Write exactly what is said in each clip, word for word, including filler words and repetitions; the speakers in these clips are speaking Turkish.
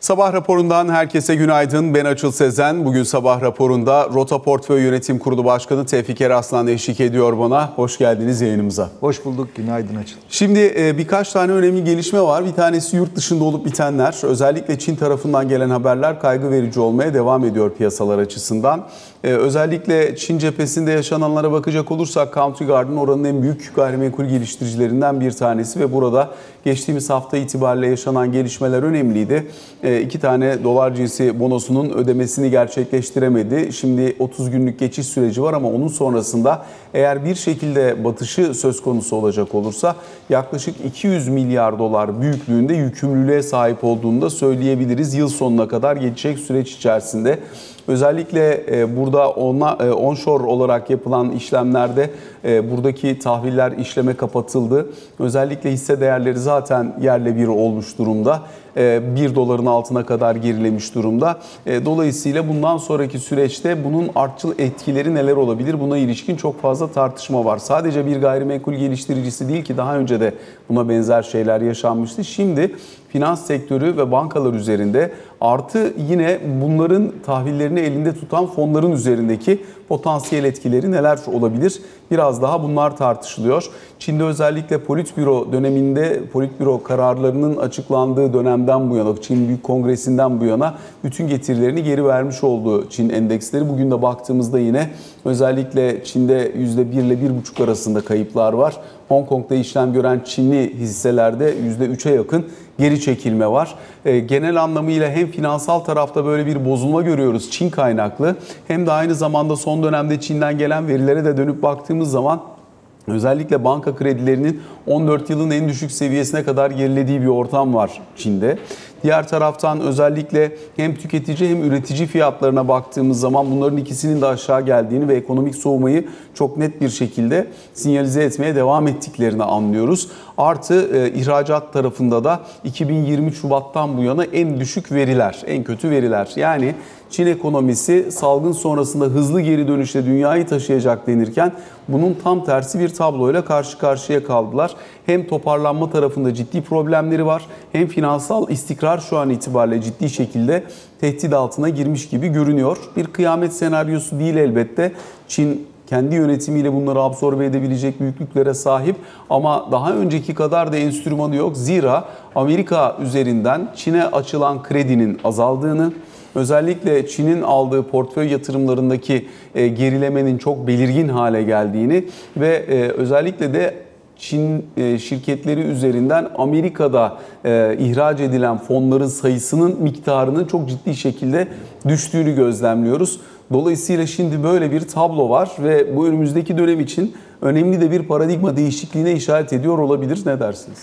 Sabah raporundan herkese günaydın. Ben Açıl Sezen. Bugün sabah raporunda Rota Portföy Yönetim Kurulu Başkanı Tevfik Eraslan eşlik ediyor bana. Hoş geldiniz yayınımıza. Hoş bulduk. Günaydın Açıl. Şimdi birkaç tane önemli gelişme var. Bir tanesi yurt dışında olup bitenler. Özellikle Çin tarafından gelen haberler kaygı verici olmaya devam ediyor piyasalar açısından. Özellikle Çin cephesinde yaşananlara bakacak olursak Country Garden oranın en büyük gayrimenkul geliştiricilerinden bir tanesi ve burada geçtiğimiz hafta itibariyle yaşanan gelişmeler önemliydi. İki tane dolar cinsi bonosunun ödemesini gerçekleştiremedi. Şimdi otuz günlük geçiş süreci var ama onun sonrasında eğer bir şekilde batışı söz konusu olacak olursa yaklaşık iki yüz milyar dolar büyüklüğünde yükümlülüğe sahip olduğunu da söyleyebiliriz. Yıl sonuna kadar geçecek süreç içerisinde. Özellikle burada onshore olarak yapılan işlemlerde buradaki tahviller işleme kapatıldı. Özellikle hisse değerleri zaten yerle bir olmuş durumda. bir doların altına kadar gerilemiş durumda. Dolayısıyla bundan sonraki süreçte bunun artçıl etkileri neler olabilir? Buna ilişkin çok fazla tartışma var. Sadece bir gayrimenkul geliştiricisi değil ki daha önce de buna benzer şeyler yaşanmıştı. Şimdi finans sektörü ve bankalar üzerinde artı yine bunların tahvillerini elinde tutan fonların üzerindeki potansiyel etkileri neler olabilir? Biraz daha bunlar tartışılıyor. Çin'de özellikle Politbüro döneminde, Politbüro kararlarının açıklandığı dönemden bu yana, Çin Büyük Kongresi'nden bu yana bütün getirilerini geri vermiş olduğu Çin endeksleri. Bugün de baktığımızda yine özellikle Çin'de yüzde bir ile bir buçuk arasında kayıplar var. Hong Kong'da işlem gören Çinli hisselerde yüzde üçe yakın geri çekilme var. Genel anlamıyla hem finansal tarafta böyle bir bozulma görüyoruz Çin kaynaklı hem de aynı zamanda son dönemde Çin'den gelen verilere de dönüp baktığımız zaman özellikle banka kredilerinin on dört yılın en düşük seviyesine kadar gerilediği bir ortam var Çin'de. Diğer taraftan özellikle hem tüketici hem üretici fiyatlarına baktığımız zaman bunların ikisinin de aşağı geldiğini ve ekonomik soğumayı çok net bir şekilde sinyalize etmeye devam ettiklerini anlıyoruz. Artı e, ihracat tarafında da iki bin yirmi Şubat'tan bu yana en düşük veriler, en kötü veriler. Yani Çin ekonomisi salgın sonrasında hızlı geri dönüşle dünyayı taşıyacak denirken bunun tam tersi bir tabloyla karşı karşıya kaldılar. Hem toparlanma tarafında ciddi problemleri var hem finansal istikrar şu an itibariyle ciddi şekilde tehdit altına girmiş gibi görünüyor. Bir kıyamet senaryosu değil elbette. Çin kendi yönetimiyle bunları absorbe edebilecek büyüklüklere sahip ama daha önceki kadar da enstrümanı yok. Zira Amerika üzerinden Çin'e açılan kredinin azaldığını, özellikle Çin'in aldığı portföy yatırımlarındaki gerilemenin çok belirgin hale geldiğini ve özellikle de Çin şirketleri üzerinden Amerika'da ihraç edilen fonların sayısının miktarının çok ciddi şekilde düştüğünü gözlemliyoruz. Dolayısıyla şimdi böyle bir tablo var ve bu önümüzdeki dönem için önemli de bir paradigma değişikliğine işaret ediyor olabilir. Ne dersiniz?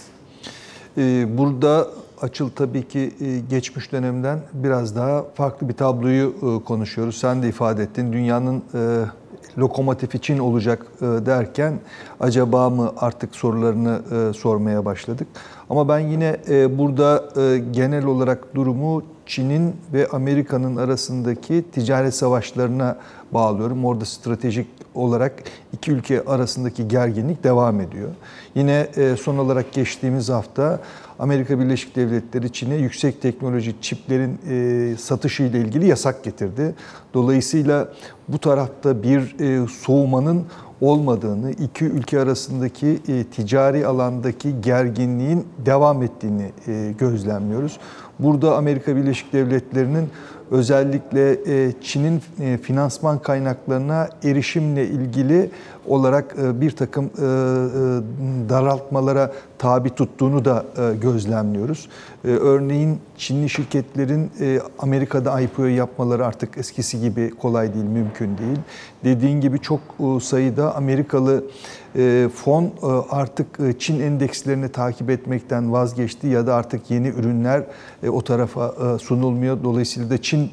Burada Açıl tabii ki geçmiş dönemden biraz daha farklı bir tabloyu konuşuyoruz. Sen de ifade ettin. Dünyanın lokomotifi Çin olacak derken acaba mı artık sorularını sormaya başladık. Ama ben yine burada genel olarak durumu Çin'in ve Amerika'nın arasındaki ticaret savaşlarına bağlıyorum. Orada stratejik olarak iki ülke arasındaki gerginlik devam ediyor. Yine son olarak geçtiğimiz hafta Amerika Birleşik Devletleri Çin'e yüksek teknoloji çiplerin satışı ile ilgili yasak getirdi. Dolayısıyla bu tarafta bir soğumanın olmadığını, iki ülke arasındaki ticari alandaki gerginliğin devam ettiğini gözlemliyoruz. Burada Amerika Birleşik Devletleri'nin özellikle Çin'in finansman kaynaklarına erişimle ilgili olarak bir takım daraltmalara tabi tuttuğunu da gözlemliyoruz. Örneğin Çinli şirketlerin Amerika'da I P O yapmaları artık eskisi gibi kolay değil, mümkün değil. Dediğin gibi çok sayıda Amerikalı fon artık Çin endekslerini takip etmekten vazgeçti ya da artık yeni ürünler o tarafa sunulmuyor. Dolayısıyla da Çin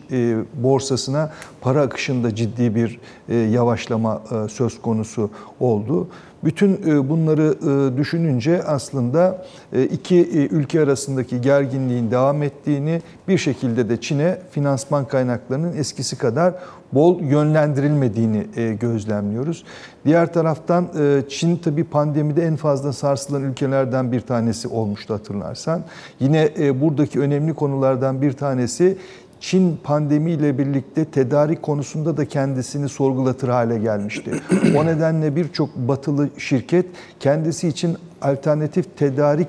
borsasına para akışında ciddi bir yavaşlama söz konusu oldu. Bütün bunları düşününce aslında iki ülke arasındaki gerginliğin devam ettiğini, bir şekilde de Çin'e finansman kaynaklarının eskisi kadar bol yönlendirilmediğini gözlemliyoruz. Diğer taraftan Çin tabii pandemide en fazla sarsılan ülkelerden bir tanesi olmuştu hatırlarsan. Yine buradaki önemli konulardan bir tanesi Çin pandemiyle birlikte tedarik konusunda da kendisini sorgulatır hale gelmişti. O nedenle birçok batılı şirket kendisi için alternatif tedarik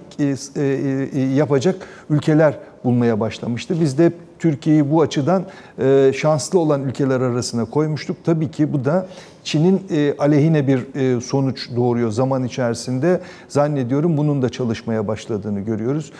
yapacak ülkeler bulmaya başlamıştı. Biz de Türkiye'yi bu açıdan şanslı olan ülkeler arasına koymuştuk. Tabii ki bu da Çin'in aleyhine bir sonuç doğuruyor zaman içerisinde. Zannediyorum bunun da çalışmaya başladığını görüyoruz.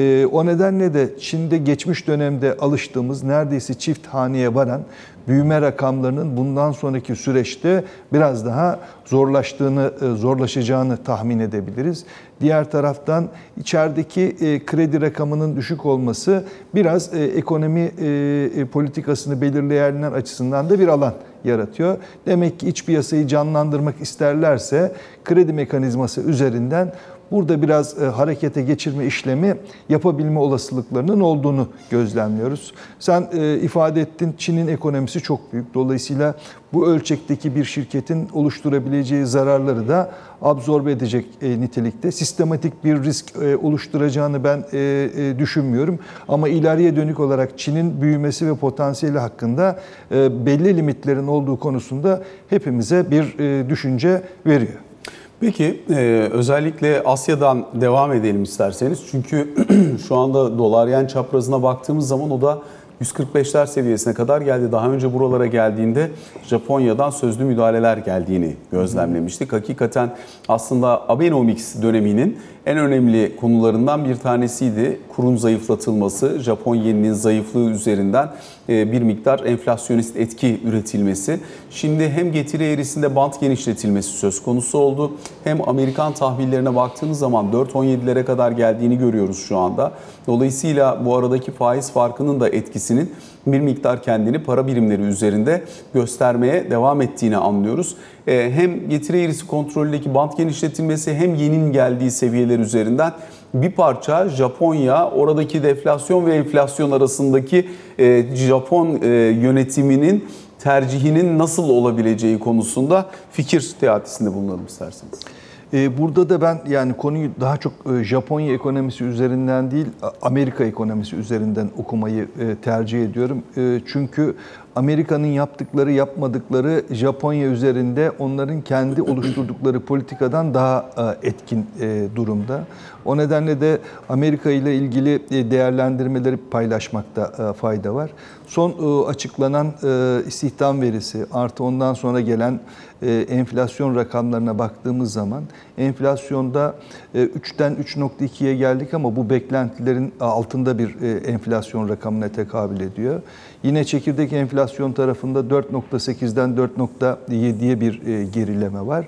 O nedenle de Çin'de geçmiş dönemde alıştığımız neredeyse çift haneye varan büyüme rakamlarının bundan sonraki süreçte biraz daha zorlaştığını, zorlaşacağını tahmin edebiliriz. Diğer taraftan içerideki kredi rakamının düşük olması biraz ekonomi politikasını belirleyenler açısından da bir alan yaratıyor. Demek ki iç piyasayı canlandırmak isterlerse kredi mekanizması üzerinden burada biraz harekete geçirme işlemi yapabilme olasılıklarının olduğunu gözlemliyoruz. Sen ifade ettin, Çin'in ekonomisi çok büyük. Dolayısıyla bu ölçekteki bir şirketin oluşturabileceği zararları da absorbe edecek nitelikte. Sistematik bir risk oluşturacağını ben düşünmüyorum. Ama ileriye dönük olarak Çin'in büyümesi ve potansiyeli hakkında belli limitlerin olduğu konusunda hepimize bir düşünce veriyor. Peki özellikle Asya'dan devam edelim isterseniz. Çünkü şu anda dolar yen çaprazına baktığımız zaman o da yüz kırk beşler seviyesine kadar geldi. Daha önce buralara geldiğinde Japonya'dan sözlü müdahaleler geldiğini gözlemlemiştik. Hakikaten aslında Abenomics döneminin en önemli konularından bir tanesiydi. Kurun zayıflatılması, Japon yeninin zayıflığı üzerinden bir miktar enflasyonist etki üretilmesi. Şimdi hem getiri eğrisinde bant genişletilmesi söz konusu oldu. Hem Amerikan tahvillerine baktığımız zaman dört on yedilere kadar geldiğini görüyoruz şu anda. Dolayısıyla bu aradaki faiz farkının da etkisinin bir miktar kendini para birimleri üzerinde göstermeye devam ettiğini anlıyoruz. Hem getiri eğrisi kontrolündeki bant genişletilmesi hem yenin geldiği seviyeler üzerinden bir parça Japonya oradaki deflasyon ve enflasyon arasındaki Japon yönetiminin tercihinin nasıl olabileceği konusunda fikir teatisinde bulunalım isterseniz. Burada da ben yani konuyu daha çok Japonya ekonomisi üzerinden değil Amerika ekonomisi üzerinden okumayı tercih ediyorum. Çünkü Amerika'nın yaptıkları yapmadıkları Japonya üzerinde onların kendi oluşturdukları politikadan daha etkin durumda. O nedenle de Amerika ile ilgili değerlendirmeleri paylaşmakta fayda var. Son açıklanan istihdam verisi artı ondan sonra gelen enflasyon rakamlarına baktığımız zaman enflasyonda üçten üç nokta ikiye geldik ama bu beklentilerin altında bir enflasyon rakamına tekabül ediyor. Yine çekirdek enflasyon tarafında dört nokta sekizden dört nokta yediye bir gerileme var.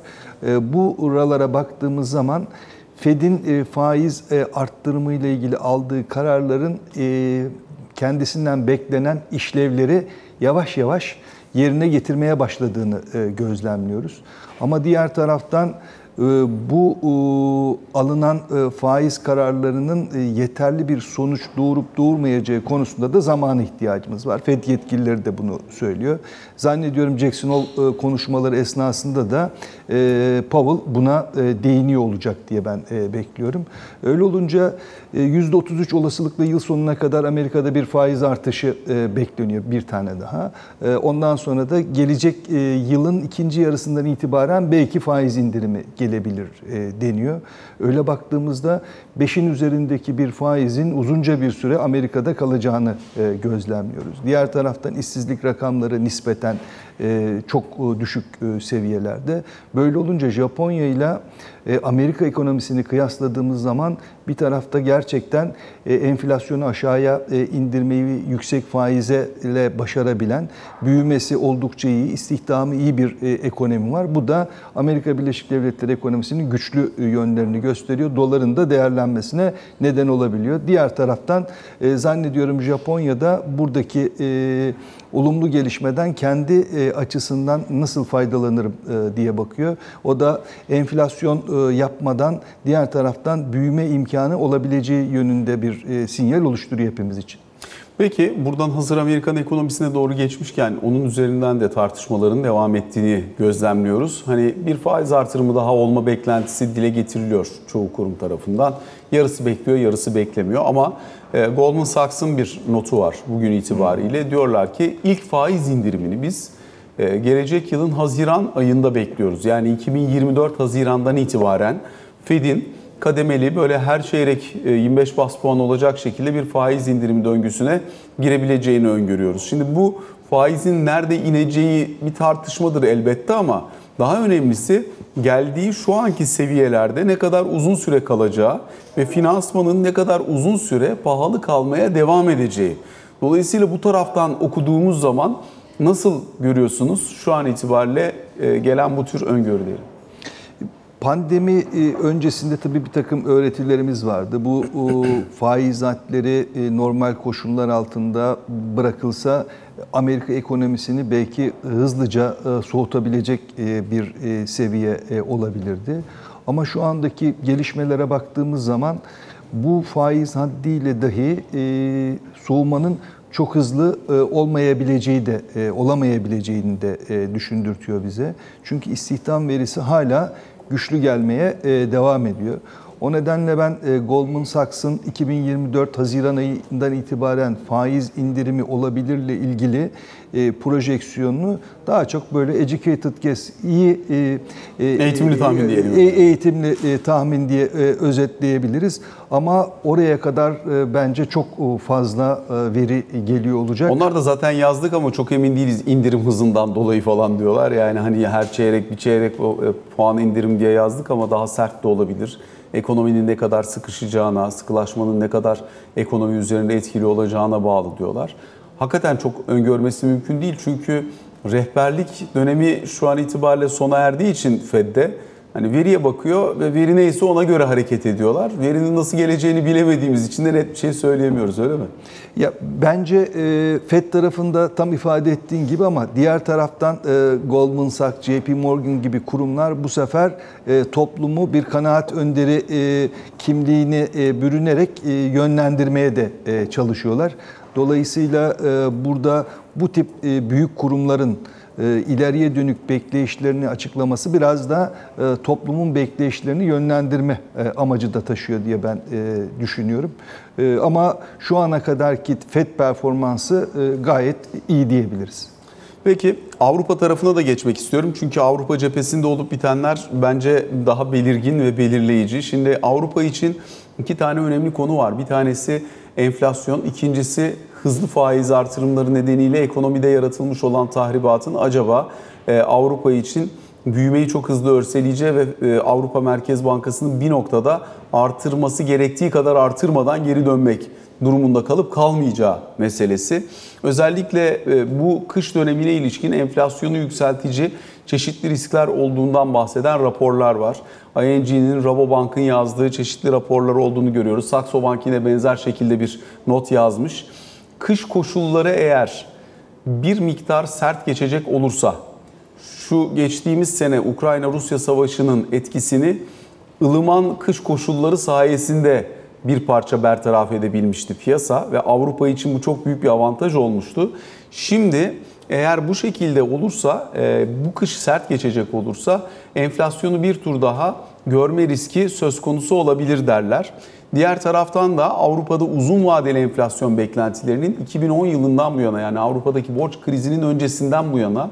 Bu oralara baktığımız zaman Fed'in faiz arttırımı ile ilgili aldığı kararların kendisinden beklenen işlevleri yavaş yavaş yerine getirmeye başladığını gözlemliyoruz. Ama diğer taraftan bu alınan faiz kararlarının yeterli bir sonuç doğurup doğurmayacağı konusunda da zamana ihtiyacımız var. Fed yetkilileri de bunu söylüyor. Zannediyorum Jackson Hole konuşmaları esnasında da Powell buna değiniyor olacak diye ben bekliyorum. Öyle olunca yüzde otuz üç olasılıkla yıl sonuna kadar Amerika'da bir faiz artışı bekleniyor, bir tane daha. Ondan sonra da gelecek yılın ikinci yarısından itibaren belki faiz indirimi gelebilir deniyor. Öyle baktığımızda beşin üzerindeki bir faizin uzunca bir süre Amerika'da kalacağını gözlemliyoruz. Diğer taraftan işsizlik rakamları nispeten çok düşük seviyelerde. Böyle olunca Japonya ile Amerika ekonomisini kıyasladığımız zaman bir tarafta gerçekten enflasyonu aşağıya indirmeyi yüksek faize ile başarabilen, büyümesi oldukça iyi, istihdamı iyi bir ekonomi var. Bu da Amerika Birleşik Devletleri ekonomisinin güçlü yönlerini gösteriyor. Doların da değerlenmesine neden olabiliyor. Diğer taraftan zannediyorum Japonya'da buradaki olumlu gelişmeden kendi açısından nasıl faydalanırım diye bakıyor. O da enflasyon yapmadan diğer taraftan büyüme imkanı olabileceği yönünde bir sinyal oluşturuyor hepimiz için. Peki buradan hazır Amerikan ekonomisine doğru geçmişken onun üzerinden de tartışmaların devam ettiğini gözlemliyoruz. Hani bir faiz artırımı daha olma beklentisi dile getiriliyor çoğu kurum tarafından. Yarısı bekliyor, yarısı beklemiyor ama e, Goldman Sachs'ın bir notu var bugün itibariyle. Diyorlar ki ilk faiz indirimini biz e, gelecek yılın Haziran ayında bekliyoruz. Yani iki bin yirmi dört Haziran'dan itibaren Fed'in kademeli böyle her çeyrek yirmi beş bas puan olacak şekilde bir faiz indirimi döngüsüne girebileceğini öngörüyoruz. Şimdi bu faizin nerede ineceği bir tartışmadır elbette ama daha önemlisi geldiği şu anki seviyelerde ne kadar uzun süre kalacağı ve finansmanın ne kadar uzun süre pahalı kalmaya devam edeceği. Dolayısıyla bu taraftan okuduğumuz zaman nasıl görüyorsunuz şu an itibariyle gelen bu tür öngörüleri? Pandemi öncesinde tabii bir takım öğretilerimiz vardı. Bu faizatleri normal koşullar altında bırakılsa Amerika ekonomisini belki hızlıca soğutabilecek bir seviye olabilirdi. Ama şu andaki gelişmelere baktığımız zaman bu faiz haddiyle dahi soğumanın çok hızlı olmayabileceği de olamayabileceğini de düşündürtüyor bize. Çünkü istihdam verisi hala güçlü gelmeye devam ediyor. O nedenle ben Goldman Sachs'ın iki bin yirmi dört Haziran ayından itibaren faiz indirimi olabilirle ilgili projeksiyonunu daha çok böyle educated guess, iyi eğitimli tahmin diyelim. Eğitimli tahmin diye özetleyebiliriz. Ama oraya kadar bence çok fazla veri geliyor olacak. Onlar da zaten yazdık ama çok emin değiliz indirim hızından dolayı falan diyorlar. Yani hani her çeyrek bir çeyrek puan indirim diye yazdık ama daha sert de olabilir. Ekonominin ne kadar sıkışacağına, sıkılaşmanın ne kadar ekonomi üzerinde etkili olacağına bağlı diyorlar. Hakikaten çok öngörmesi mümkün değil çünkü rehberlik dönemi şu an itibariyle sona erdiği için Fed'de hani veriye bakıyor ve veri neyse ona göre hareket ediyorlar. Verinin nasıl geleceğini bilemediğimiz için de net bir şey söyleyemiyoruz, öyle mi? Ya bence e, Fed tarafında tam ifade ettiğin gibi ama diğer taraftan e, Goldman Sachs, J P Morgan gibi kurumlar bu sefer e, toplumu bir kanaat önderi e, kimliğini e, bürünerek e, yönlendirmeye de e, çalışıyorlar. Dolayısıyla e, burada bu tip e, büyük kurumların ileriye dönük bekleyişlerini açıklaması biraz da toplumun bekleyişlerini yönlendirme amacı da taşıyor diye ben düşünüyorum. Ama şu ana kadarki Fed performansı gayet iyi diyebiliriz. Peki Avrupa tarafına da geçmek istiyorum. Çünkü Avrupa cephesinde olup bitenler bence daha belirgin ve belirleyici. Şimdi Avrupa için iki tane önemli konu var. Bir tanesi enflasyon, ikincisi hızlı faiz artırımları nedeniyle ekonomide yaratılmış olan tahribatın acaba Avrupa için büyümeyi çok hızlı örseleyeceği ve Avrupa Merkez Bankası'nın bir noktada artırması gerektiği kadar artırmadan geri dönmek durumunda kalıp kalmayacağı meselesi. Özellikle bu kış dönemine ilişkin enflasyonu yükseltici çeşitli riskler olduğundan bahseden raporlar var. I N G'nin, Rabobank'ın yazdığı çeşitli raporlar olduğunu görüyoruz. Saxo Bank yine benzer şekilde bir not yazmış. Kış koşulları eğer bir miktar sert geçecek olursa, şu geçtiğimiz sene Ukrayna-Rusya savaşının etkisini ılıman kış koşulları sayesinde bir parça bertaraf edebilmişti piyasa ve Avrupa için bu çok büyük bir avantaj olmuştu. Şimdi eğer bu şekilde olursa, bu kış sert geçecek olursa enflasyonu bir tur daha görme riski söz konusu olabilir derler. Diğer taraftan da Avrupa'da uzun vadeli enflasyon beklentilerinin iki bin on yılından bu yana, yani Avrupa'daki borç krizinin öncesinden bu yana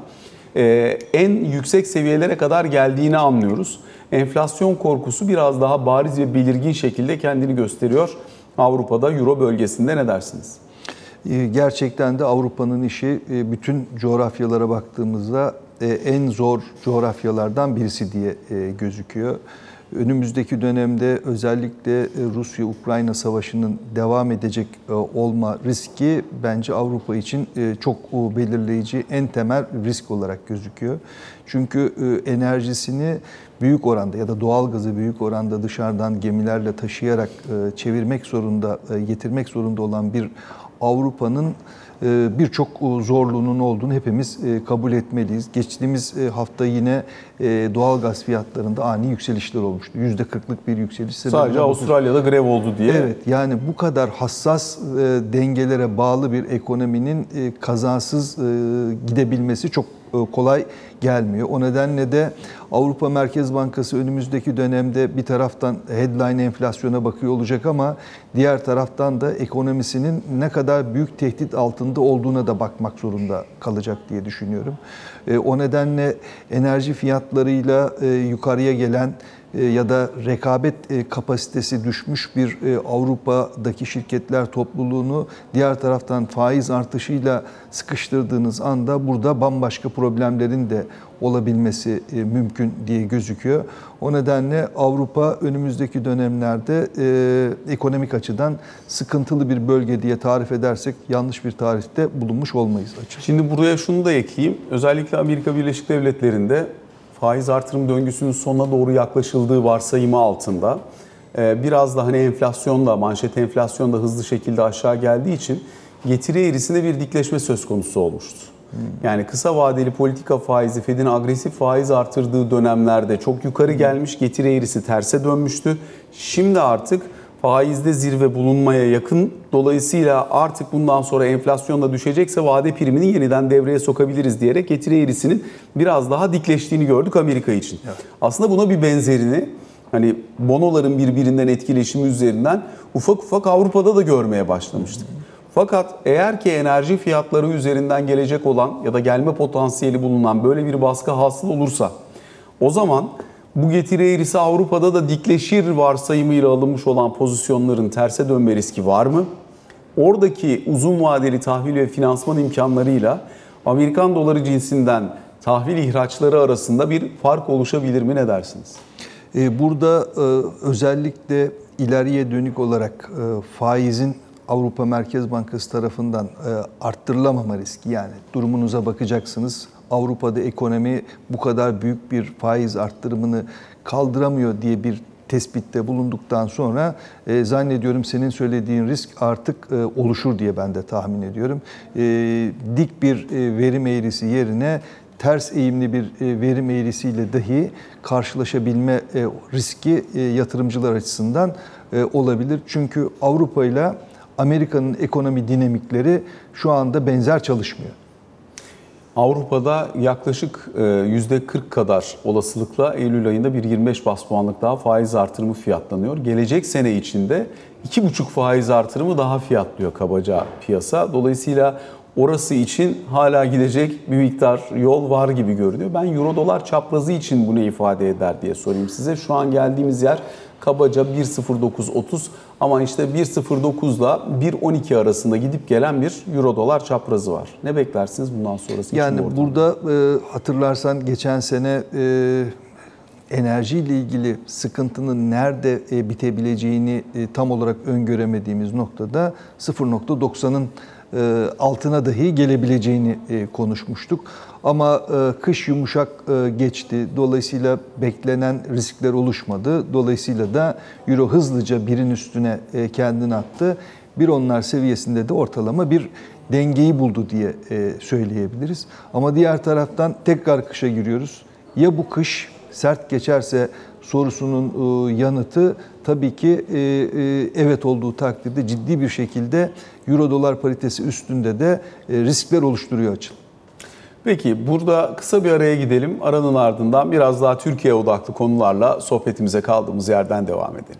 en yüksek seviyelere kadar geldiğini anlıyoruz. Enflasyon korkusu biraz daha bariz ve belirgin şekilde kendini gösteriyor Avrupa'da, Euro bölgesinde. Ne dersiniz? Gerçekten de Avrupa'nın işi bütün coğrafyalara baktığımızda en zor coğrafyalardan birisi diye gözüküyor. Önümüzdeki dönemde özellikle Rusya-Ukrayna savaşının devam edecek olma riski bence Avrupa için çok belirleyici, en temel risk olarak gözüküyor. Çünkü enerjisini büyük oranda ya da doğalgazı büyük oranda dışarıdan gemilerle taşıyarak çevirmek zorunda, getirmek zorunda olan bir Avrupa'nın birçok zorluğunun olduğunu hepimiz kabul etmeliyiz. Geçtiğimiz hafta yine doğal gaz fiyatlarında ani yükselişler olmuştu. yüzde kırklık bir yükseliş. Sadece Avustralya'da grev oldu diye. Evet, yani bu kadar hassas dengelere bağlı bir ekonominin kazasız gidebilmesi çok kolay gelmiyor. O nedenle de Avrupa Merkez Bankası önümüzdeki dönemde bir taraftan headline enflasyona bakıyor olacak ama diğer taraftan da ekonomisinin ne kadar büyük tehdit altında olduğuna da bakmak zorunda kalacak diye düşünüyorum. O nedenle enerji fiyatlarıyla yukarıya gelen ya da rekabet kapasitesi düşmüş bir Avrupa'daki şirketler topluluğunu diğer taraftan faiz artışıyla sıkıştırdığınız anda burada bambaşka problemlerin de olabilmesi mümkün diye gözüküyor. O nedenle Avrupa önümüzdeki dönemlerde e, ekonomik açıdan sıkıntılı bir bölge diye tarif edersek yanlış bir tarifte bulunmuş olmayız açıkçası. Şimdi buraya şunu da ekleyeyim. Özellikle Amerika Birleşik Devletleri'nde faiz artırım döngüsünün sonuna doğru yaklaşıldığı varsayımı altında biraz da hani enflasyon da, manşet enflasyon da hızlı şekilde aşağı geldiği için getiri eğrisinde bir dikleşme söz konusu olmuştu. Hmm. Yani kısa vadeli politika faizi, Fed'in agresif faiz artırdığı dönemlerde çok yukarı gelmiş, getiri eğrisi terse dönmüştü. Şimdi artık faizde zirve bulunmaya yakın. Dolayısıyla artık bundan sonra enflasyon da düşecekse vade primini yeniden devreye sokabiliriz diyerek getiri eğrisinin biraz daha dikleştiğini gördük Amerika için. Evet. Aslında buna bir benzerini hani bonoların birbirinden etkileşimi üzerinden ufak ufak Avrupa'da da görmeye başlamıştık. Fakat eğer ki enerji fiyatları üzerinden gelecek olan ya da gelme potansiyeli bulunan böyle bir baskı hasıl olursa o zaman bu getiri eğrisi Avrupa'da da dikleşir varsayımıyla alınmış olan pozisyonların terse dönme riski var mı? Oradaki uzun vadeli tahvil ve finansman imkanlarıyla Amerikan doları cinsinden tahvil ihraçları arasında bir fark oluşabilir mi, ne dersiniz? Burada özellikle ileriye dönük olarak faizin Avrupa Merkez Bankası tarafından arttırılamama riski, yani durumunuza bakacaksınız. Avrupa'da ekonomi bu kadar büyük bir faiz arttırımını kaldıramıyor diye bir tespitte bulunduktan sonra e, zannediyorum senin söylediğin risk artık e, oluşur diye ben de tahmin ediyorum. E, dik bir e, verim eğrisi yerine ters eğimli bir e, verim eğrisiyle dahi karşılaşabilme e, riski e, yatırımcılar açısından e, olabilir. Çünkü Avrupa ile Amerika'nın ekonomi dinamikleri şu anda benzer çalışmıyor. Avrupa'da yaklaşık yüzde kırk kadar olasılıkla Eylül ayında bir yirmi beş bas puanlık daha faiz artırımı fiyatlanıyor. Gelecek sene içinde iki buçuk faiz artırımı daha fiyatlıyor kabaca piyasa. Dolayısıyla orası için hala gidecek bir miktar yol var gibi görünüyor. Ben euro dolar çaprazı için bunu ifade eder diye sorayım size. Şu an geldiğimiz yer kabaca bir nokta sıfır dokuz otuz ama işte bir nokta sıfır dokuz ile bir nokta on iki arasında gidip gelen bir euro dolar çaprazı var. Ne beklersiniz bundan sonrası için? Yani burada e, hatırlarsan geçen sene e, enerjiyle ilgili sıkıntının nerede e, bitebileceğini e, tam olarak öngöremediğimiz noktada sıfır nokta doksanın e, altına dahi gelebileceğini e, konuşmuştuk. Ama e, kış yumuşak e, geçti. Dolayısıyla beklenen riskler oluşmadı. Dolayısıyla da euro hızlıca birin üstüne e, kendini attı. bir nokta onlar seviyesinde de ortalama bir dengeyi buldu diye e, söyleyebiliriz. Ama diğer taraftan tekrar kışa giriyoruz. Ya bu kış sert geçerse sorusunun e, yanıtı tabii ki e, e, evet olduğu takdirde ciddi bir şekilde euro dolar paritesi üstünde de e, riskler oluşturuyor Açıl. Peki burada kısa bir araya gidelim. Aranın ardından biraz daha Türkiye odaklı konularla sohbetimize kaldığımız yerden devam edelim.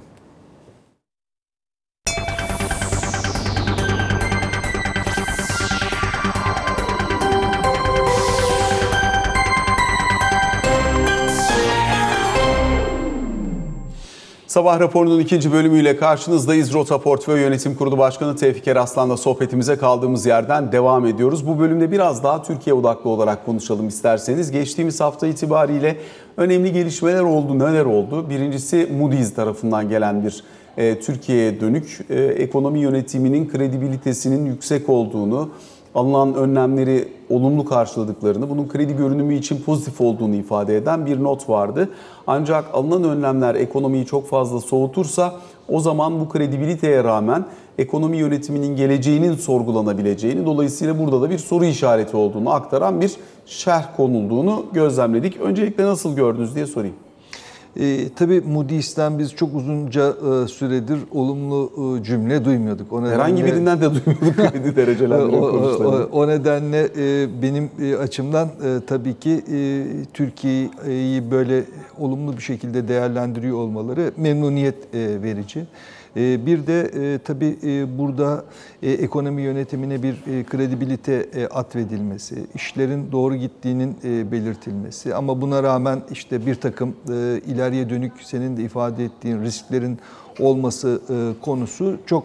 Sabah raporunun ikinci bölümüyle karşınızdayız. Rota Portföy Yönetim Kurulu Başkanı Tevfik Eraslan'la sohbetimize kaldığımız yerden devam ediyoruz. Bu bölümde biraz daha Türkiye odaklı olarak konuşalım isterseniz. Geçtiğimiz hafta itibariyle önemli gelişmeler oldu. Neler oldu? Birincisi Moody's tarafından gelen bir e, Türkiye'ye dönük e, ekonomi yönetiminin kredibilitesinin yüksek olduğunu, alınan önlemleri olumlu karşıladıklarını, bunun kredi görünümü için pozitif olduğunu ifade eden bir not vardı. Ancak alınan önlemler ekonomiyi çok fazla soğutursa o zaman bu kredibiliteye rağmen ekonomi yönetiminin geleceğinin sorgulanabileceğini, dolayısıyla burada da bir soru işareti olduğunu aktaran bir şerh konulduğunu gözlemledik. Öncelikle nasıl gördünüz diye sorayım. E, tabii Moody's'ten biz çok uzunca e, süredir olumlu e, cümle duymuyorduk. O Herhangi nedenle, birinden de duymuyorduk kredi derecelendirme o, o, kuruluşlarını. o, o nedenle e, benim e, açımdan e, tabii ki e, Türkiye'yi böyle olumlu bir şekilde değerlendiriyor olmaları memnuniyet e, verici. E, bir de e, tabii e, burada e, ekonomi yönetimine bir e, kredibilite e, atfedilmesi, işlerin doğru gittiğinin e, belirtilmesi ama buna rağmen işte bir takım e, ileriye dönük senin de ifade ettiğin risklerin olması e, konusu çok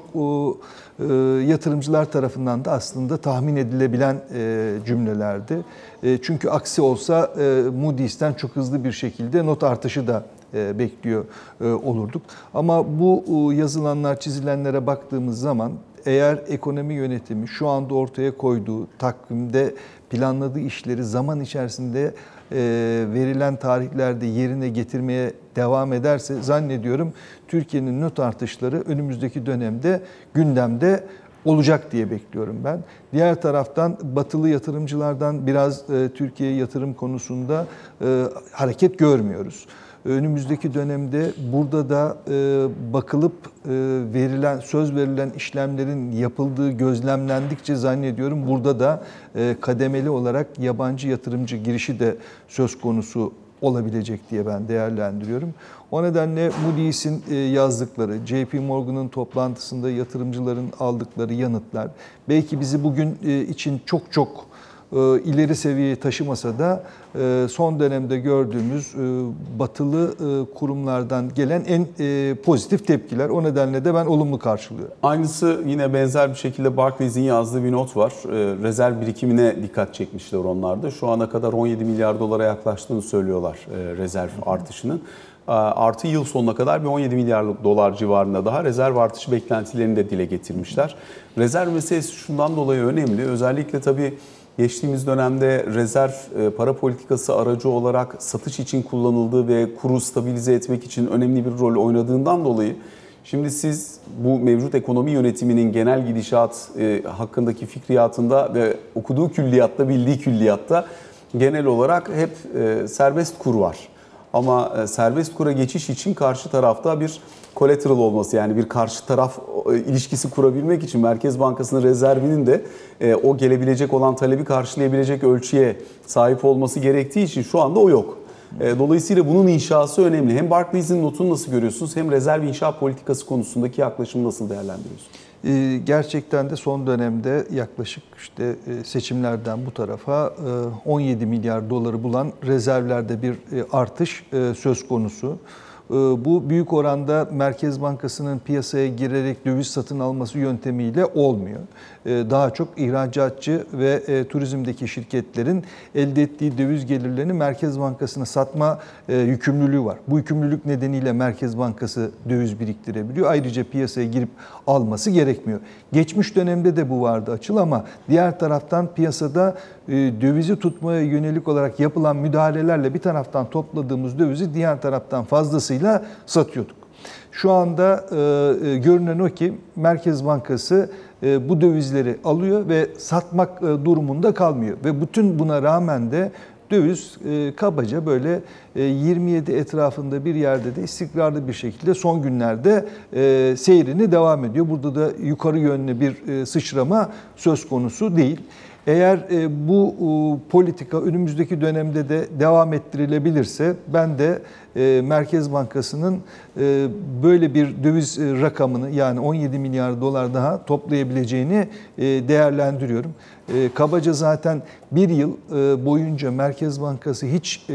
e, yatırımcılar tarafından da aslında tahmin edilebilen e, cümlelerdi. E, çünkü aksi olsa e, Moody's'ten çok hızlı bir şekilde not artışı da e, bekliyor e, olurduk. Ama bu e, yazılanlar, çizilenlere baktığımız zaman eğer ekonomi yönetimi şu anda ortaya koyduğu takvimde planladığı işleri zaman içerisinde e, verilen tarihlerde yerine getirmeye devam ederse zannediyorum Türkiye'nin not artışları önümüzdeki dönemde gündemde olacak diye bekliyorum ben. Diğer taraftan batılı yatırımcılardan biraz e, Türkiye'ye yatırım konusunda e, hareket görmüyoruz. Önümüzdeki dönemde burada da e, bakılıp e, verilen, söz verilen işlemlerin yapıldığı gözlemlendikçe zannediyorum burada da e, kademeli olarak yabancı yatırımcı girişi de söz konusu olabilecek diye ben değerlendiriyorum. O nedenle Moody's'in yazdıkları, J P Morgan'ın toplantısında yatırımcıların aldıkları yanıtlar belki bizi bugün için çok çok ileri seviyeye taşımasa da son dönemde gördüğümüz batılı kurumlardan gelen en pozitif tepkiler. O nedenle de ben olumlu karşılıyorum. Aynısı yine benzer bir şekilde Barclays'in yazdığı bir not var. Rezerv birikimine dikkat çekmişler onlar da. Şu ana kadar on yedi milyar dolara yaklaştığını söylüyorlar rezerv artışının. Artı yıl sonuna kadar bir on yedi milyar dolar civarında daha rezerv artışı beklentilerini de dile getirmişler. Rezerv meselesi şundan dolayı önemli. Özellikle tabii geçtiğimiz dönemde rezerv para politikası aracı olarak satış için kullanıldığı ve kuru stabilize etmek için önemli bir rol oynadığından dolayı şimdi siz bu mevcut ekonomi yönetiminin genel gidişat hakkındaki fikriyatında ve okuduğu külliyatta, bildiği külliyatta genel olarak hep serbest kur var. Ama serbest kura geçiş için karşı tarafta bir collateral olması, yani bir karşı taraf ilişkisi kurabilmek için Merkez Bankası'nın rezervinin de o gelebilecek olan talebi karşılayabilecek ölçüye sahip olması gerektiği için şu anda o yok. Dolayısıyla bunun inşası önemli. Hem Barclays'in notunu nasıl görüyorsunuz hem rezerv inşa politikası konusundaki yaklaşımı nasıl değerlendiriyorsunuz? Gerçekten de son dönemde yaklaşık işte seçimlerden bu tarafa on yedi milyar doları bulan rezervlerde bir artış söz konusu. Bu büyük oranda Merkez Bankası'nın piyasaya girerek döviz satın alması yöntemiyle olmuyor. Daha çok ihracatçı ve turizmdeki şirketlerin elde ettiği döviz gelirlerini Merkez Bankası'na satma yükümlülüğü var. Bu yükümlülük nedeniyle Merkez Bankası döviz biriktirebiliyor. Ayrıca piyasaya girip alması gerekmiyor. Geçmiş dönemde de bu vardı Açıl, ama diğer taraftan piyasada dövizi tutmaya yönelik olarak yapılan müdahalelerle bir taraftan topladığımız dövizi diğer taraftan fazlasıyla satıyorduk. Şu anda e, görünen o ki Merkez Bankası e, bu dövizleri alıyor ve satmak e, durumunda kalmıyor. Ve bütün buna rağmen de döviz e, kabaca böyle e, yirmi yedi etrafında bir yerde de istikrarlı bir şekilde son günlerde e, seyrini devam ediyor. Burada da yukarı yönlü bir e, sıçrama söz konusu değil. Eğer bu politika önümüzdeki dönemde de devam ettirilebilirse ben de Merkez Bankası'nın böyle bir döviz rakamını, yani on yedi milyar dolar daha toplayabileceğini değerlendiriyorum. Kabaca zaten bir yıl boyunca Merkez Bankası hiç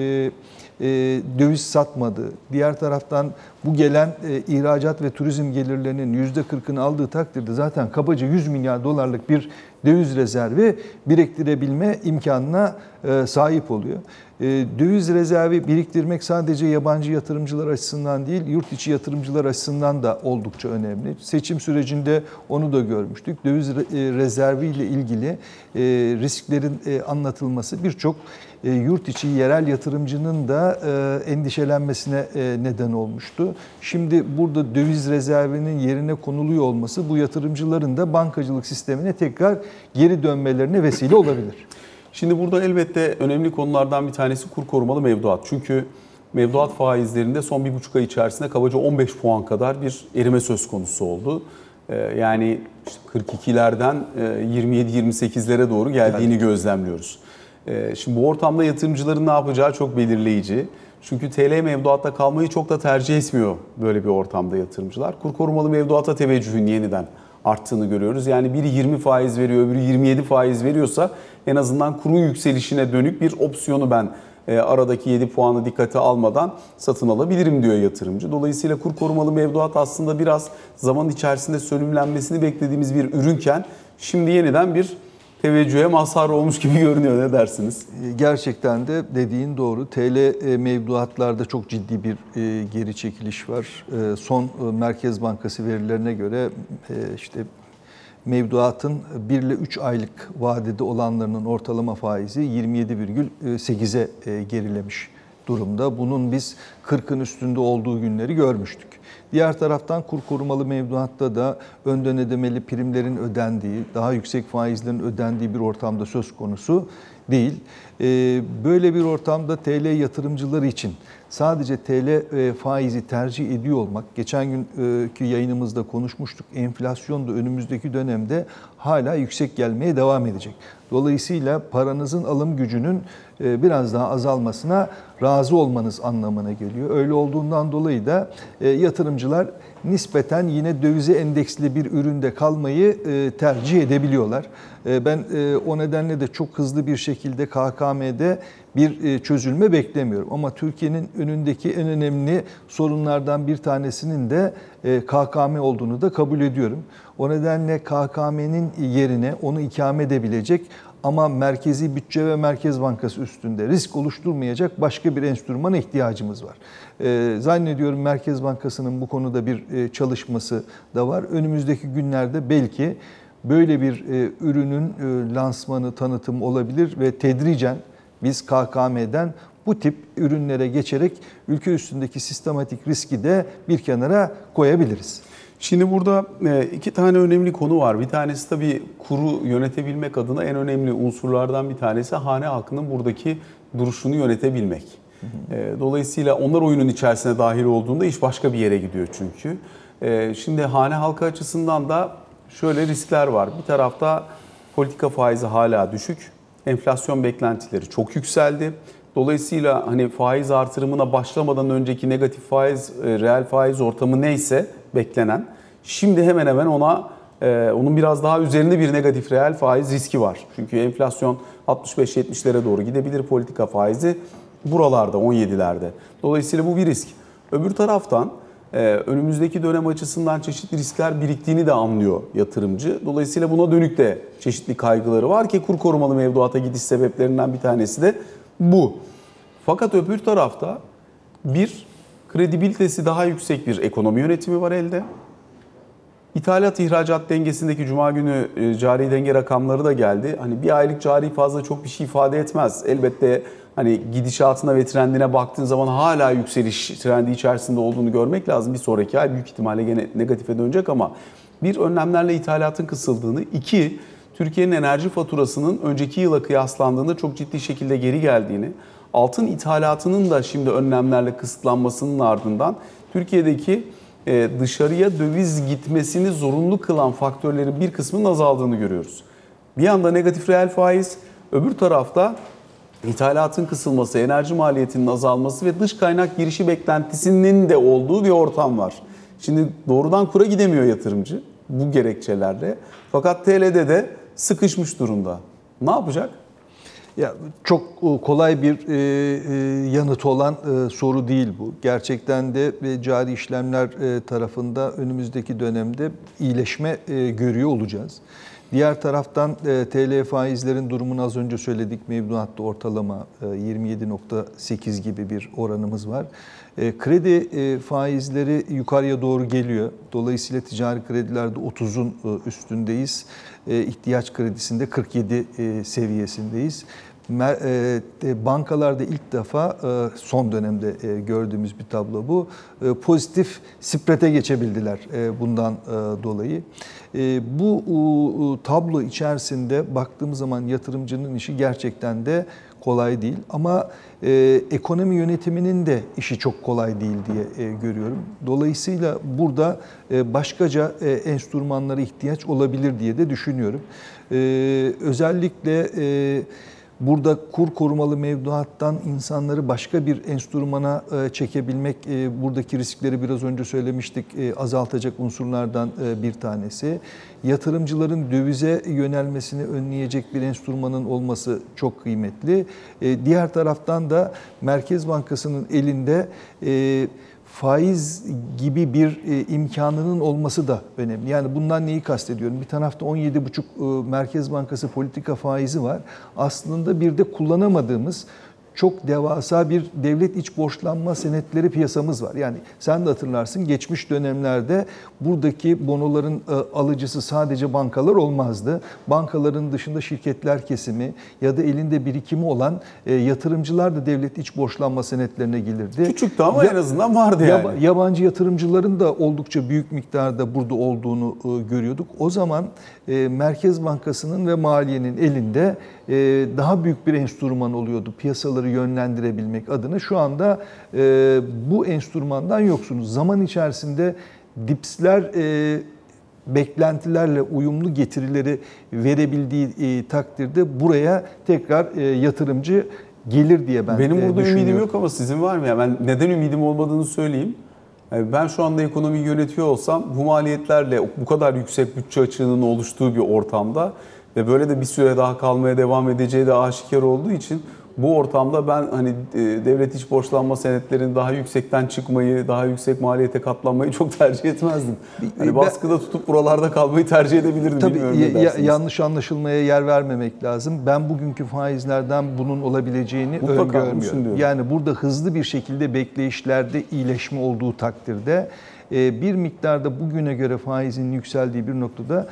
döviz satmadı. Diğer taraftan bu gelen ihracat ve turizm gelirlerinin yüzde kırkını aldığı takdirde zaten kabaca yüz milyar dolarlık bir döviz rezervi biriktirebilme imkanına sahip oluyor. Döviz rezervi biriktirmek sadece yabancı yatırımcılar açısından değil, yurt içi yatırımcılar açısından da oldukça önemli. Seçim sürecinde onu da görmüştük. Döviz rezervi ile ilgili risklerin anlatılması birçok yurt içi yerel yatırımcının da endişelenmesine neden olmuştu. Şimdi burada döviz rezervinin yerine konuluyor olması bu yatırımcıların da bankacılık sistemine tekrar geri dönmelerine vesile olabilir. Şimdi burada elbette önemli konulardan bir tanesi kur korumalı mevduat. Çünkü mevduat faizlerinde son bir buçuk ay içerisinde kabaca on beş puan kadar bir erime söz konusu oldu. Yani işte kırk ikilerden yirmi yedi yirmi sekizlere doğru geldiğini gözlemliyoruz. Şimdi bu ortamda yatırımcıların ne yapacağı çok belirleyici. Çünkü T L mevduatta kalmayı çok da tercih etmiyor böyle bir ortamda yatırımcılar. Kur korumalı mevduata teveccühün yeniden arttığını görüyoruz. Yani biri yirmi faiz veriyor, öbürü yirmi yedi faiz veriyorsa en azından kurun yükselişine dönük bir opsiyonu ben e, aradaki yedi puanı dikkate almadan satın alabilirim diyor yatırımcı. Dolayısıyla kur korumalı mevduat aslında biraz zaman içerisinde sönümlenmesini beklediğimiz bir ürünken şimdi yeniden bir teveccühe mazhar olmuş gibi görünüyor. Ne dersiniz? Gerçekten de dediğin doğru. T L mevduatlarda çok ciddi bir geri çekiliş var. Son Merkez Bankası verilerine göre işte mevduatın bir ile üç aylık vadede olanlarının ortalama faizi yirmi yedi virgül sekize gerilemiş durumda. Bunun biz kırkın üstünde olduğu günleri görmüştük. Diğer taraftan kur korumalı mevduatta da önden ödemeli primlerin ödendiği, daha yüksek faizlerin ödendiği bir ortamda söz konusu değil. Böyle bir ortamda T L yatırımcıları için sadece T L faizi tercih ediyor olmak, geçen günkü yayınımızda konuşmuştuk, enflasyon da önümüzdeki dönemde hala yüksek gelmeye devam edecek. Dolayısıyla paranızın alım gücünün biraz daha azalmasına razı olmanız anlamına geliyor. Öyle olduğundan dolayı da yatırımcılar nispeten yine dövize endeksli bir üründe kalmayı tercih edebiliyorlar. Ben o nedenle de çok hızlı bir şekilde K K M'de bir çözülme beklemiyorum. Ama Türkiye'nin önündeki en önemli sorunlardan bir tanesinin de K K M olduğunu da kabul ediyorum. O nedenle K K M'nin yerine onu ikame edebilecek ama merkezi bütçe ve Merkez Bankası üstünde risk oluşturmayacak başka bir enstrümana ihtiyacımız var. Ee, zannediyorum Merkez Bankası'nın bu konuda bir e, çalışması da var. Önümüzdeki günlerde belki böyle bir e, ürünün e, lansmanı, tanıtımı olabilir ve tedricen biz K K M'den bu tip ürünlere geçerek ülke üstündeki sistematik riski de bir kenara koyabiliriz. Şimdi burada iki tane önemli konu var. Bir tanesi tabii kuru yönetebilmek adına en önemli unsurlardan bir tanesi hane halkının buradaki duruşunu yönetebilmek. Hı hı. Dolayısıyla onlar oyunun içerisine dahil olduğunda iş başka bir yere gidiyor çünkü. Şimdi hane halkı açısından da şöyle riskler var. Bir tarafta politika faizi hala düşük. Enflasyon beklentileri çok yükseldi. Dolayısıyla hani faiz artırımına başlamadan önceki negatif faiz, reel faiz ortamı neyse beklenen, şimdi hemen hemen ona onun biraz daha üzerinde bir negatif reel faiz riski var. Çünkü enflasyon altmış beş yetmişlere doğru gidebilir, politika faizi buralarda on yedilerde. Dolayısıyla bu bir risk. Öbür taraftan önümüzdeki dönem açısından çeşitli riskler biriktiğini de anlıyor yatırımcı. Dolayısıyla buna dönük de çeşitli kaygıları var ki kur korumalı mevduata gidiş sebeplerinden bir tanesi de bu. Fakat öbür tarafta bir kredibilitesi daha yüksek bir ekonomi yönetimi var elde. İthalat ihracat dengesindeki cuma günü cari denge rakamları da geldi. Hani bir aylık cari fazla çok bir şey ifade etmez. Elbette hani gidişatına ve trendine baktığın zaman hala yükseliş trendi içerisinde olduğunu görmek lazım. Bir sonraki ay büyük ihtimalle gene negatife dönecek ama bir, önlemlerle ithalatın kısıldığını, iki, Türkiye'nin enerji faturasının önceki yıla kıyaslandığında çok ciddi şekilde geri geldiğini, altın ithalatının da şimdi önlemlerle kısıtlanmasının ardından Türkiye'deki dışarıya döviz gitmesini zorunlu kılan faktörlerin bir kısmının azaldığını görüyoruz. Bir yanda negatif reel faiz, öbür tarafta ithalatın kısılması, enerji maliyetinin azalması ve dış kaynak girişi beklentisinin de olduğu bir ortam var. Şimdi doğrudan kura gidemiyor yatırımcı bu gerekçelerle. Fakat T L'de de sıkışmış durumda. Ne yapacak? Ya çok kolay bir yanıtı olan soru değil bu. Gerçekten de cari işlemler tarafında önümüzdeki dönemde iyileşme görüyor olacağız. Diğer taraftan e, T L faizlerin durumunu az önce söyledik. Mevduatta ortalama e, yirmi yedi nokta sekiz gibi bir oranımız var. E, kredi e, faizleri yukarıya doğru geliyor. Dolayısıyla ticari kredilerde otuzun e, üstündeyiz. E, ihtiyaç kredisinde kırk yedi e, seviyesindeyiz. Bankalarda ilk defa son dönemde gördüğümüz bir tablo bu. Pozitif spread'e geçebildiler bundan dolayı. Bu tablo içerisinde baktığımız zaman yatırımcının işi gerçekten de kolay değil. Ama ekonomi yönetiminin de işi çok kolay değil diye görüyorum. Dolayısıyla burada başkaca enstrümanlara ihtiyaç olabilir diye de düşünüyorum. Özellikle burada kur korumalı mevduattan insanları başka bir enstrümana çekebilmek, buradaki riskleri biraz önce söylemiştik, azaltacak unsurlardan bir tanesi. Yatırımcıların dövize yönelmesini önleyecek bir enstrümanın olması çok kıymetli. Diğer taraftan da Merkez Bankası'nın elinde faiz gibi bir imkanının olması da önemli. Yani bundan neyi kastediyorum? Bir tarafta on yedi buçuk Merkez Bankası politika faizi var. Aslında bir de kullanamadığımız çok devasa bir devlet iç borçlanma senetleri piyasamız var. Yani sen de hatırlarsın, geçmiş dönemlerde buradaki bonoların alıcısı sadece bankalar olmazdı. Bankaların dışında şirketler kesimi ya da elinde birikimi olan yatırımcılar da devlet iç borçlanma senetlerine gelirdi. Küçüktü ama ya, en azından vardı yani. Yabancı yatırımcıların da oldukça büyük miktarda burada olduğunu görüyorduk. O zaman Merkez Bankası'nın ve Maliye'nin elinde daha büyük bir enstrüman oluyordu piyasaları yönlendirebilmek adına. Şu anda bu enstrümandan yoksunuz. Zaman içerisinde dipsler beklentilerle uyumlu getirileri verebildiği takdirde buraya tekrar yatırımcı gelir diye ben Benim burada düşünüyorum. ümidim yok ama sizin var mı? Ya ben neden ümidim olmadığını söyleyeyim. Ben şu anda ekonomiyi yönetiyor olsam bu maliyetlerle bu kadar yüksek bütçe açığının oluştuğu bir ortamda ve böyle de bir süre daha kalmaya devam edeceği de aşikar olduğu için bu ortamda ben hani devlet iç borçlanma senetlerinin daha yüksekten çıkmayı, daha yüksek maliyete katlanmayı çok tercih etmezdim. Hani baskıda tutup buralarda kalmayı tercih edebilirdim. Tabii ya, yanlış anlaşılmaya yer vermemek lazım. Ben bugünkü faizlerden bunun olabileceğini mutlaka öngörmüyorum. Yani burada hızlı bir şekilde bekleyişlerde iyileşme olduğu takdirde bir miktarda bugüne göre faizin yükseldiği bir noktada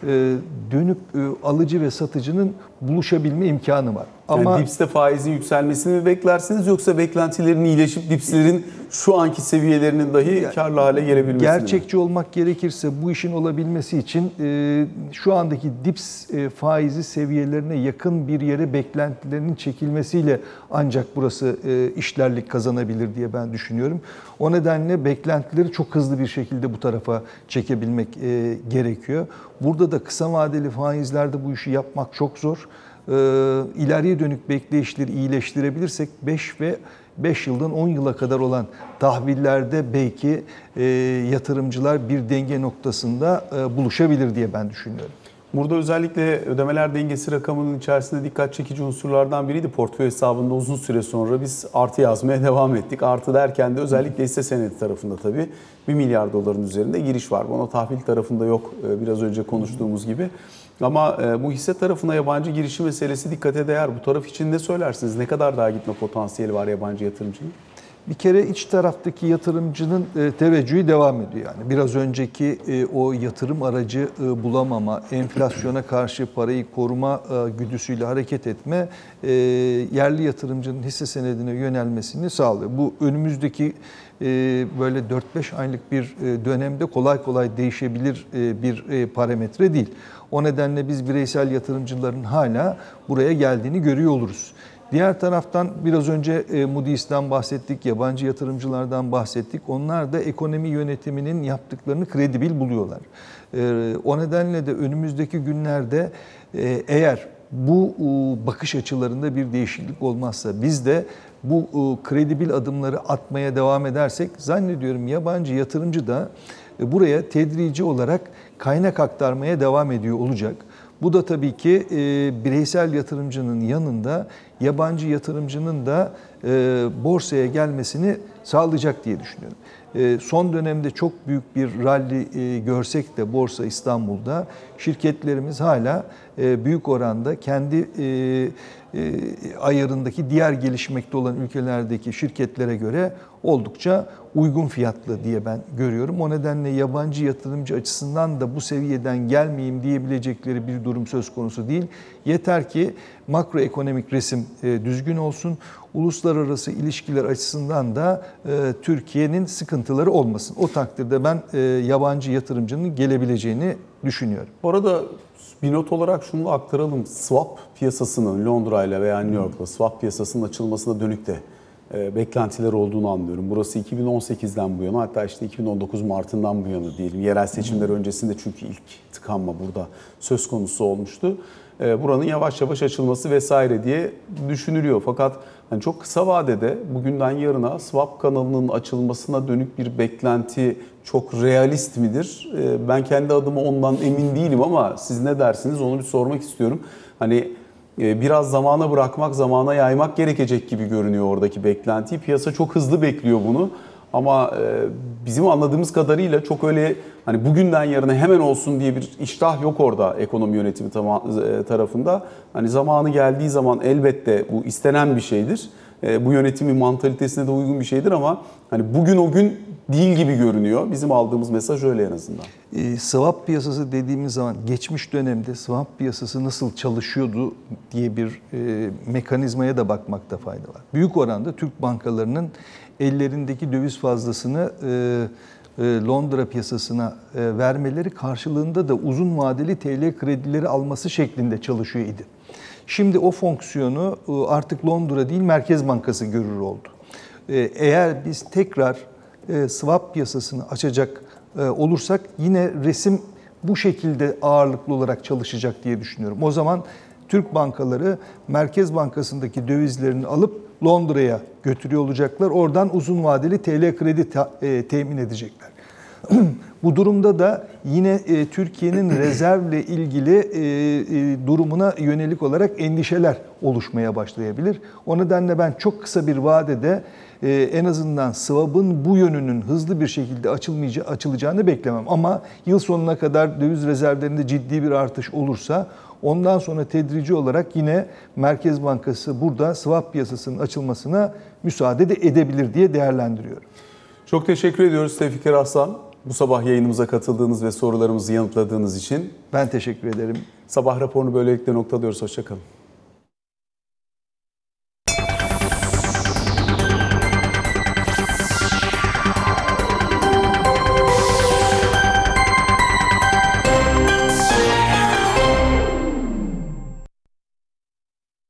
dönüp alıcı ve satıcının buluşabilme imkanı var. Ama Ama yani dipste faizin yükselmesini mi beklersiniz yoksa beklentilerin iyileşip dipslerin şu anki seviyelerinin dahi karlı hale gelebilmesini gerçekçi mi? olmak gerekirse bu işin olabilmesi için şu andaki dips faizi seviyelerine yakın bir yere beklentilerinin çekilmesiyle ancak burası işlerlik kazanabilir diye ben düşünüyorum. O nedenle beklentileri çok hızlı bir şekilde bu tarafa çekebilmek gerekiyor. Burada da kısa vadeli faizlerde bu işi yapmak çok zor. İleriye dönük bekleyişleri iyileştirebilirsek beş ve beş yıldan on yıla kadar olan tahvillerde belki yatırımcılar bir denge noktasında buluşabilir diye ben düşünüyorum. Burada özellikle ödemeler dengesi rakamının içerisinde dikkat çekici unsurlardan biriydi. Portföy hesabında uzun süre sonra biz artı yazmaya devam ettik. Artı derken de özellikle hisse senedi tarafında tabii bir milyar doların üzerinde giriş var. Bono tahvil tarafında yok biraz önce konuştuğumuz gibi. Ama bu hisse tarafına yabancı girişi meselesi dikkate değer. Bu taraf için ne söylersiniz? Ne kadar daha gitme potansiyeli var yabancı yatırımcının? Bir kere iç taraftaki yatırımcının teveccühü devam ediyor. Yani biraz önceki o yatırım aracı bulamama, enflasyona karşı parayı koruma güdüsüyle hareket etme yerli yatırımcının hisse senedine yönelmesini sağlıyor. Bu önümüzdeki böyle dört beş aylık bir dönemde kolay kolay değişebilir bir parametre değil. O nedenle biz bireysel yatırımcıların hala buraya geldiğini görüyor oluruz. Diğer taraftan biraz önce Moody's'ten bahsettik, yabancı yatırımcılardan bahsettik. Onlar da ekonomi yönetiminin yaptıklarını kredibil buluyorlar. O nedenle de önümüzdeki günlerde eğer bu bakış açılarında bir değişiklik olmazsa, biz de bu kredibil adımları atmaya devam edersek zannediyorum yabancı yatırımcı da buraya tedrici olarak kaynak aktarmaya devam ediyor olacak. Bu da tabii ki e, bireysel yatırımcının yanında yabancı yatırımcının da e, borsaya gelmesini sağlayacak diye düşünüyorum. E, son dönemde çok büyük bir rally e, görsek de Borsa İstanbul'da şirketlerimiz hala e, büyük oranda kendi e, e, ayarındaki diğer gelişmekte olan ülkelerdeki şirketlere göre oldukça uygun fiyatlı diye ben görüyorum. O nedenle yabancı yatırımcı açısından da bu seviyeden gelmeyeyim diyebilecekleri bir durum söz konusu değil. Yeter ki makroekonomik resim e, düzgün olsun. Uluslararası ilişkiler açısından da e, Türkiye'nin sıkıntıları olmasın. O takdirde ben e, yabancı yatırımcının gelebileceğini düşünüyorum. Bu arada bir not olarak şunu da aktaralım. Swap piyasasının Londra ile veya New York'la swap piyasasının açılmasına dönük de e, beklentiler olduğunu anlıyorum. Burası iki bin on sekizden bu yana, hatta işte iki bin on dokuz Mart'ından bu yana diyelim. Yerel seçimler öncesinde çünkü ilk tıkanma burada söz konusu olmuştu. E, buranın yavaş yavaş açılması vesaire diye düşünülüyor. Fakat hani çok kısa vadede bugünden yarına swap kanalının açılmasına dönük bir beklenti çok realist midir? E, ben kendi adıma ondan emin değilim ama siz ne dersiniz onu bir sormak istiyorum. Hani e, biraz zamana bırakmak, zamana yaymak gerekecek gibi görünüyor oradaki beklentiyi. Piyasa çok hızlı bekliyor bunu. Ama bizim anladığımız kadarıyla çok öyle hani bugünden yarına hemen olsun diye bir iştah yok orada ekonomi yönetimi tarafında. Hani zamanı geldiği zaman elbette bu istenen bir şeydir. Bu yönetimin mantalitesine de uygun bir şeydir ama hani bugün o gün değil gibi görünüyor. Bizim aldığımız mesaj öyle en azından. E, swap piyasası dediğimiz zaman geçmiş dönemde swap piyasası nasıl çalışıyordu diye bir e, mekanizmaya da bakmakta fayda var. Büyük oranda Türk bankalarının ellerindeki döviz fazlasını e, e, Londra piyasasına e, vermeleri karşılığında da uzun vadeli T L kredileri alması şeklinde çalışıyor idi. Şimdi o fonksiyonu e, artık Londra değil Merkez Bankası görür oldu. E, eğer biz tekrar e, swap piyasasını açacak e, olursak yine resim bu şekilde ağırlıklı olarak çalışacak diye düşünüyorum. O zaman Türk bankaları Merkez Bankası'ndaki dövizlerini alıp Londra'ya götürüyor olacaklar. Oradan uzun vadeli T L kredi ta, e, temin edecekler. Bu durumda da yine e, Türkiye'nin rezervle ilgili e, e, durumuna yönelik olarak endişeler oluşmaya başlayabilir. O nedenle ben çok kısa bir vadede e, en azından swap'ın bu yönünün hızlı bir şekilde açılmayacağı, açılacağını beklemem. Ama yıl sonuna kadar döviz rezervlerinde ciddi bir artış olursa ondan sonra tedrici olarak yine Merkez Bankası burada swap piyasasının açılmasına müsaade de edebilir diye değerlendiriyorum. Çok teşekkür ediyoruz Tevfik Eraslan. Bu sabah yayınımıza katıldığınız ve sorularımızı yanıtladığınız için. Ben teşekkür ederim. Sabah raporunu böylelikle noktalıyoruz. Hoşça kalın.